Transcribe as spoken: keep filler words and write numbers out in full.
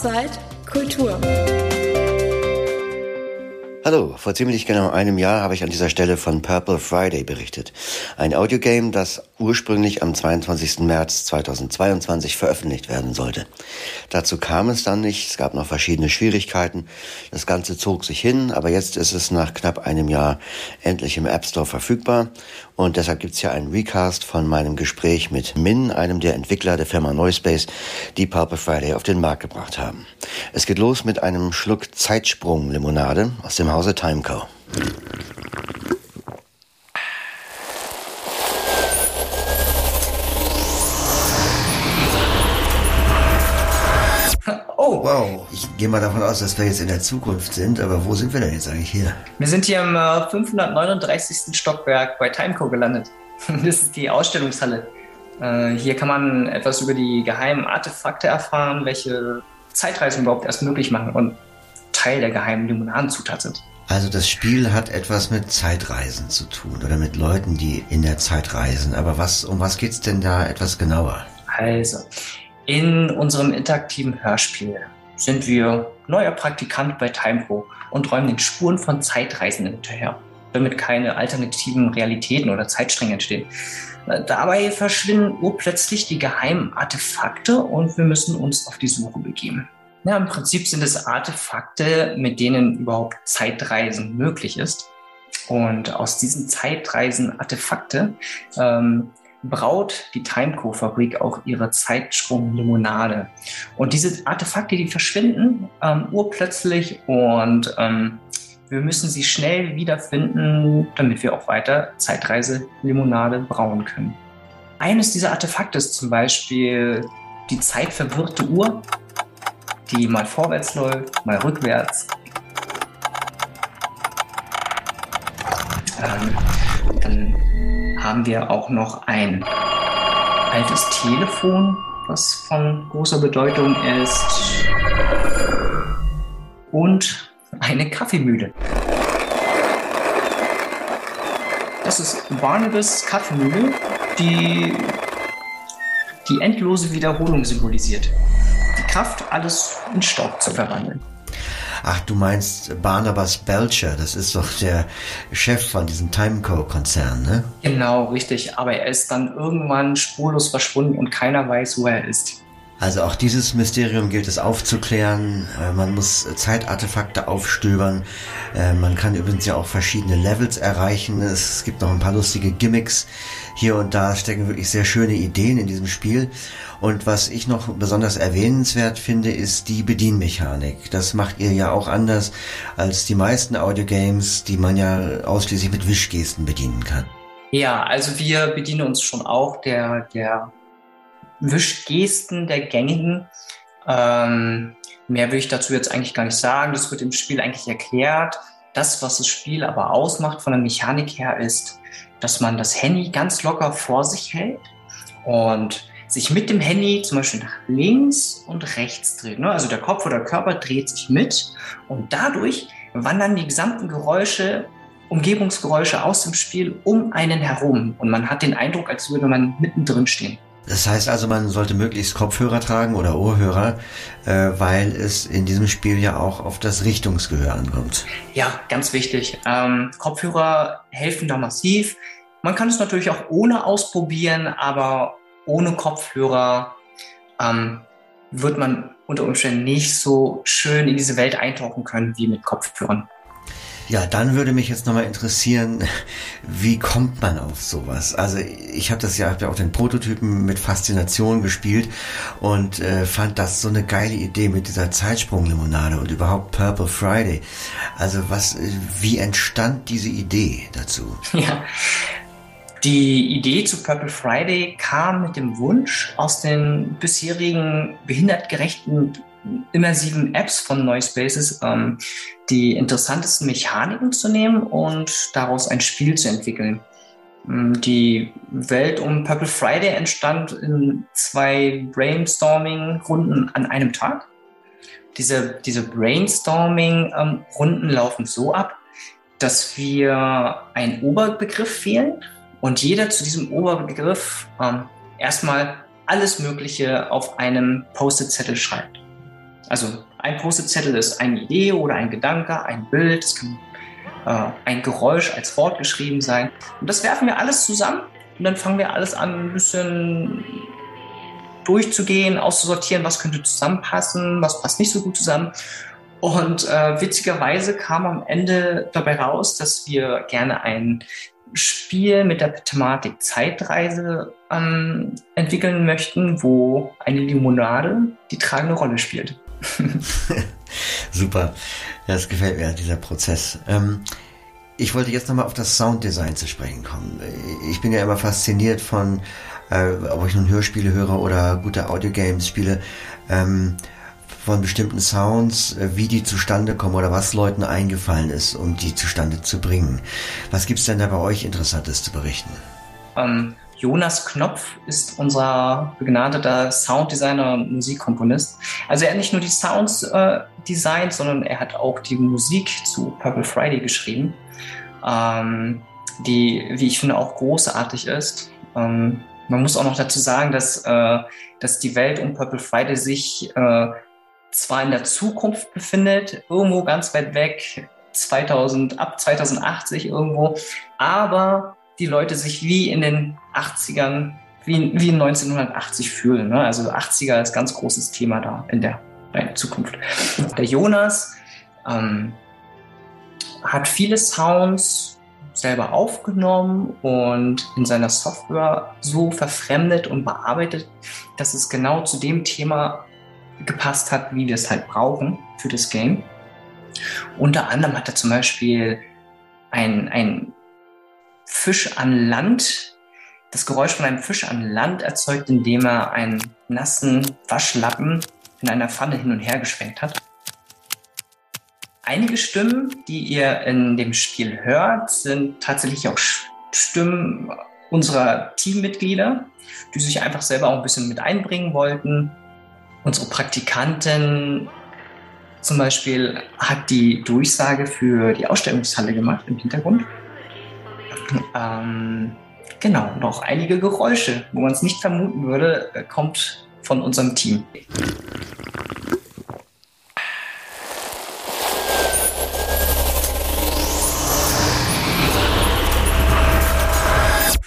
Offside Kultur. Hallo, vor ziemlich genau einem Jahr habe ich an dieser Stelle von Purple Friday berichtet. Ein Audiogame, das ursprünglich am zweiundzwanzigsten März zweitausendzweiundzwanzig veröffentlicht werden sollte. Dazu kam es dann nicht, es gab noch verschiedene Schwierigkeiten. Das Ganze zog sich hin, aber jetzt ist es nach knapp einem Jahr endlich im App Store verfügbar. Und deshalb gibt es hier einen Recast von meinem Gespräch mit Min, einem der Entwickler der Firma Noispace, die Purple Friday auf den Markt gebracht haben. Es geht los mit einem Schluck Zeitsprung-Limonade aus dem Hause Timeco. Oh, wow. Ich gehe mal davon aus, dass wir jetzt in der Zukunft sind, aber wo sind wir denn jetzt eigentlich hier? Wir sind hier im äh, fünfhundertneununddreißigsten Stockwerk bei Timeco gelandet. Das ist die Ausstellungshalle. Äh, hier kann man etwas über die geheimen Artefakte erfahren, welche Zeitreisen überhaupt erst möglich machen und Teil der geheimen Limonadenzutat sind. Also das Spiel hat etwas mit Zeitreisen zu tun oder mit Leuten, die in der Zeit reisen. Aber was, um was geht's denn da etwas genauer? Also, in unserem interaktiven Hörspiel sind wir neuer Praktikant bei Timeco und räumen den Spuren von Zeitreisen hinterher, damit keine alternativen Realitäten oder Zeitstränge entstehen. Dabei verschwinden urplötzlich die geheimen Artefakte und wir müssen uns auf die Suche begeben. Ja, im Prinzip sind es Artefakte, mit denen überhaupt Zeitreisen möglich ist. Und aus diesen Zeitreisen-Artefakte ähm, braut die Timeco-Fabrik auch ihre Zeitsprung-Limonade. Und diese Artefakte, die verschwinden ähm, urplötzlich und ähm, wir müssen sie schnell wiederfinden, damit wir auch weiter Zeitreise-Limonade brauen können. Eines dieser Artefakte ist zum Beispiel die zeitverwirrte Uhr, die mal vorwärts läuft, mal rückwärts. Ähm, dann haben wir auch noch ein altes Telefon, was von großer Bedeutung ist. Und eine Kaffeemühle. Das ist Barnabas Kaffeemühle, die die endlose Wiederholung symbolisiert. Die Kraft, alles in Staub zu verwandeln. Ach, du meinst Barnabas Belcher, das ist doch der Chef von diesem Timeco-Konzern, ne? Genau, richtig. Aber er ist dann irgendwann spurlos verschwunden und keiner weiß, wo er ist. Also auch dieses Mysterium gilt es aufzuklären. Man muss Zeitartefakte aufstöbern. Man kann übrigens ja auch verschiedene Levels erreichen. Es gibt noch ein paar lustige Gimmicks. Hier und da stecken wirklich sehr schöne Ideen in diesem Spiel. Und was ich noch besonders erwähnenswert finde, ist die Bedienmechanik. Das macht ihr ja auch anders als die meisten Audiogames, die man ja ausschließlich mit Wischgesten bedienen kann. Ja, also wir bedienen uns schon auch der, der Wischgesten der gängigen. Ähm, mehr will ich dazu jetzt eigentlich gar nicht sagen. Das wird im Spiel eigentlich erklärt. Das, was das Spiel aber ausmacht von der Mechanik her, ist, dass man das Handy ganz locker vor sich hält und sich mit dem Handy zum Beispiel nach links und rechts dreht. Ne? Also der Kopf oder der Körper dreht sich mit und dadurch wandern die gesamten Geräusche, Umgebungsgeräusche aus dem Spiel um einen herum und man hat den Eindruck, als würde man mittendrin stehen. Das heißt also, man sollte möglichst Kopfhörer tragen oder Ohrhörer, äh, weil es in diesem Spiel ja auch auf das Richtungsgehör ankommt. Ja, ganz wichtig. Ähm, Kopfhörer helfen da massiv. Man kann es natürlich auch ohne ausprobieren, aber ohne Kopfhörer ähm, wird man unter Umständen nicht so schön in diese Welt eintauchen können wie mit Kopfhörern. Ja, dann würde mich jetzt nochmal interessieren, wie kommt man auf sowas? Also ich habe das ja, hab ja auch den Prototypen mit Faszination gespielt und äh, fand das so eine geile Idee mit dieser Zeitsprung-Limonade und überhaupt Purple Friday. Also was, wie entstand diese Idee dazu? Ja, die Idee zu Purple Friday kam mit dem Wunsch, aus den bisherigen behindertgerechten immersiven Apps von Noispaces ähm, die interessantesten Mechaniken zu nehmen und daraus ein Spiel zu entwickeln. Die Welt um Purple Friday entstand in zwei Brainstorming-Runden an einem Tag. Diese, diese Brainstorming-Runden laufen so ab, dass wir einen Oberbegriff wählen und jeder zu diesem Oberbegriff ähm, erstmal alles Mögliche auf einem Post-it-Zettel schreibt. Also ein Post-it-Zettel ist eine Idee oder ein Gedanke, ein Bild, es kann äh, ein Geräusch als Wort geschrieben sein. Und das werfen wir alles zusammen und dann fangen wir alles an, ein bisschen durchzugehen, auszusortieren, was könnte zusammenpassen, was passt nicht so gut zusammen. Und äh, witzigerweise kam am Ende dabei raus, dass wir gerne ein Spiel mit der Thematik Zeitreise ähm, entwickeln möchten, wo eine Limonade die tragende Rolle spielt. Super, das gefällt mir, dieser Prozess. Ähm, ich wollte jetzt nochmal auf das Sounddesign zu sprechen kommen. Ich bin ja immer fasziniert von, äh, ob ich nun Hörspiele höre oder gute Audiogames spiele, ähm, von bestimmten Sounds, wie die zustande kommen oder was Leuten eingefallen ist, um die zustande zu bringen. Was gibt's denn da bei euch Interessantes zu berichten? Ähm, Jonas Knopf ist unser begnadeter Sounddesigner und Musikkomponist. Also er hat nicht nur die Sounds äh, designt, sondern er hat auch die Musik zu Purple Friday geschrieben, ähm, die, wie ich finde, auch großartig ist. Ähm, man muss auch noch dazu sagen, dass, äh, dass die Welt um Purple Friday sich äh, zwar in der Zukunft befindet, irgendwo ganz weit weg, zweitausend, ab zweitausendachtzig irgendwo, aber die Leute sich wie in den achtzigern, wie, wie in neunzehnhundertachtzig fühlen. Ne? Also achtziger ist ganz großes Thema da in der, in der Zukunft. Der Jonas ähm, hat viele Sounds selber aufgenommen und in seiner Software so verfremdet und bearbeitet, dass es genau zu dem Thema gepasst hat, wie wir es halt brauchen für das Game. Unter anderem hat er zum Beispiel ein, ein Fisch an Land, das Geräusch von einem Fisch an Land erzeugt, indem er einen nassen Waschlappen in einer Pfanne hin und her geschwenkt hat. Einige Stimmen, die ihr in dem Spiel hört, sind tatsächlich auch Stimmen unserer Teammitglieder, die sich einfach selber auch ein bisschen mit einbringen wollten. Unsere Praktikantin zum Beispiel hat die Durchsage für die Ausstellungshalle gemacht im Hintergrund. Ähm, genau, noch einige Geräusche, wo man es nicht vermuten würde, kommt von unserem Team.